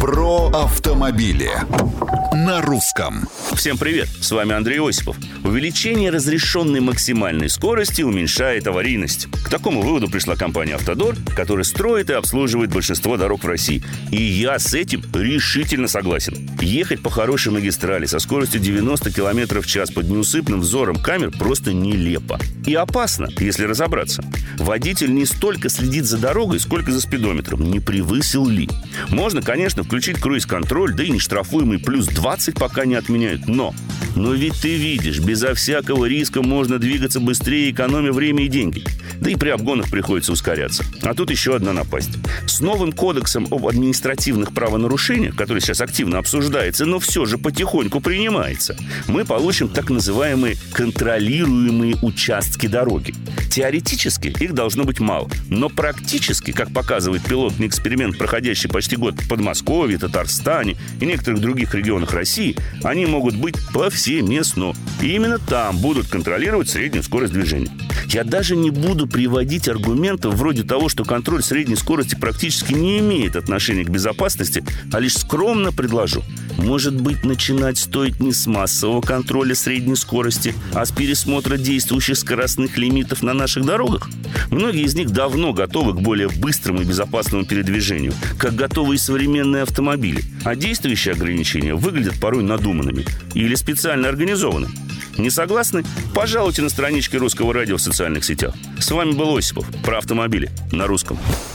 Про автомобили на русском. Всем привет, с вами Андрей Осипов. Увеличение разрешенной максимальной скорости уменьшает аварийность. К такому выводу пришла компания «Автодор», которая строит и обслуживает большинство дорог в России. И я с этим решительно согласен. Ехать по хорошей магистрали со скоростью 90 км в час под неусыпным взором камер просто нелепо. И опасно, если разобраться. Водитель не столько следит за дорогой, сколько за спидометром, не превысил ли. Можно, конечно, включить круиз-контроль, да и нештрафуемый плюс 20 пока не отменяют. Но ведь ты видишь, безо всякого риска можно двигаться быстрее, экономя время и деньги. Да и при обгонах приходится ускоряться. А тут еще одна напасть. С новым кодексом об административных правонарушениях, который сейчас активно обсуждается, но все же потихоньку принимается, мы получим так называемые контролируемые участки дороги. Теоретически их должно быть мало, но практически, как показывает пилотный эксперимент, проходящий почти год в Подмосковье, Татарстане и некоторых других регионах России, они могут быть повсеместно. И именно там будут контролировать среднюю скорость движения. Я даже не буду приводить аргументов вроде того, что контроль средней скорости практически не имеет отношения к безопасности, а лишь скромно предложу. Может быть, начинать стоит не с массового контроля средней скорости, а с пересмотра действующих скоростных лимитов на наших дорогах? Многие из них давно готовы к более быстрому и безопасному передвижению, как готовы и современные автомобили. А действующие ограничения выглядят порой надуманными или специально организованы. Не согласны? Пожалуйте на страничке Русского радио в социальных сетях. С вами был Осипов про автомобили на русском.